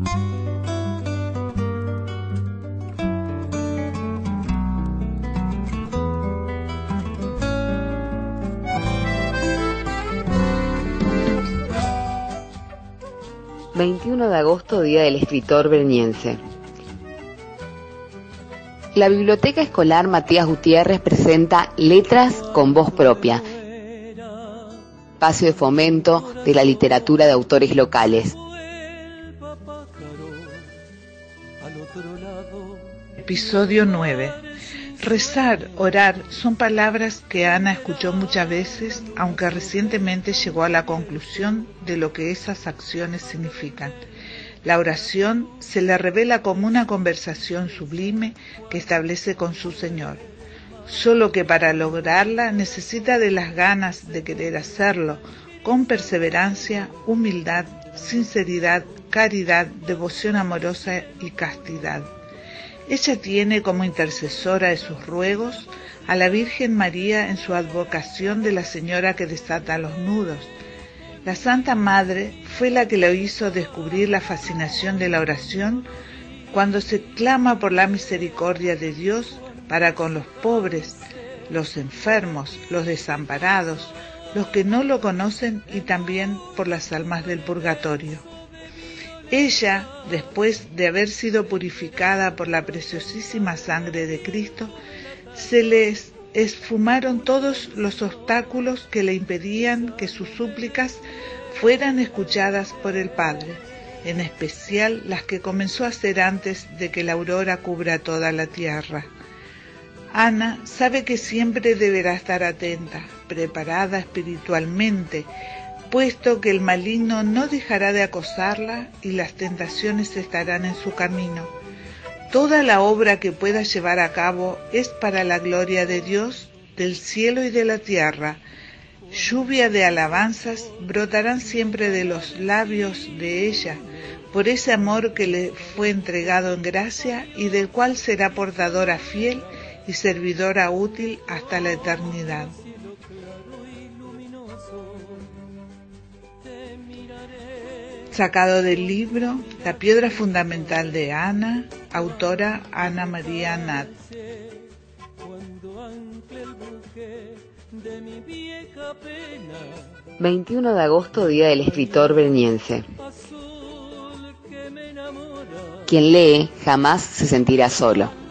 ...21 de agosto, Día del Escritor Berniense. La Biblioteca Escolar Matías Gutiérrez presenta Letras con Voz Propia, espacio de fomento de la literatura de autores locales. Episodio 9. Rezar, orar, son palabras que Ana escuchó muchas veces, aunque recientemente llegó a la conclusión de lo que esas acciones significan. La oración se le revela como una conversación sublime que establece con su Señor. Solo que para lograrla necesita de las ganas de querer hacerlo, con perseverancia, humildad, sinceridad, caridad, devoción amorosa y castidad. Ella tiene como intercesora de sus ruegos a la Virgen María en su advocación de la Señora que desata los nudos. La Santa Madre fue la que le hizo descubrir la fascinación de la oración cuando se clama por la misericordia de Dios para con los pobres, los enfermos, los desamparados, los que no lo conocen y también por las almas del purgatorio. Ella, después de haber sido purificada por la preciosísima sangre de Cristo, se les esfumaron todos los obstáculos que le impedían que sus súplicas fueran escuchadas por el Padre, en especial las que comenzó a hacer antes de que la aurora cubra toda la tierra. Ana sabe que siempre deberá estar atenta, preparada espiritualmente, puesto que el maligno no dejará de acosarla y las tentaciones estarán en su camino. Toda la obra que pueda llevar a cabo es para la gloria de Dios, del cielo y de la tierra. Lluvia de alabanzas brotarán siempre de los labios de ella, por ese amor que le fue entregado en gracia y del cual será portadora fiel y servidora útil hasta la eternidad. Sacado del libro La piedra fundamental de Ana, autora Ana María Nat. 21 de agosto, Día del Escritor Berniense. Quien lee jamás se sentirá solo.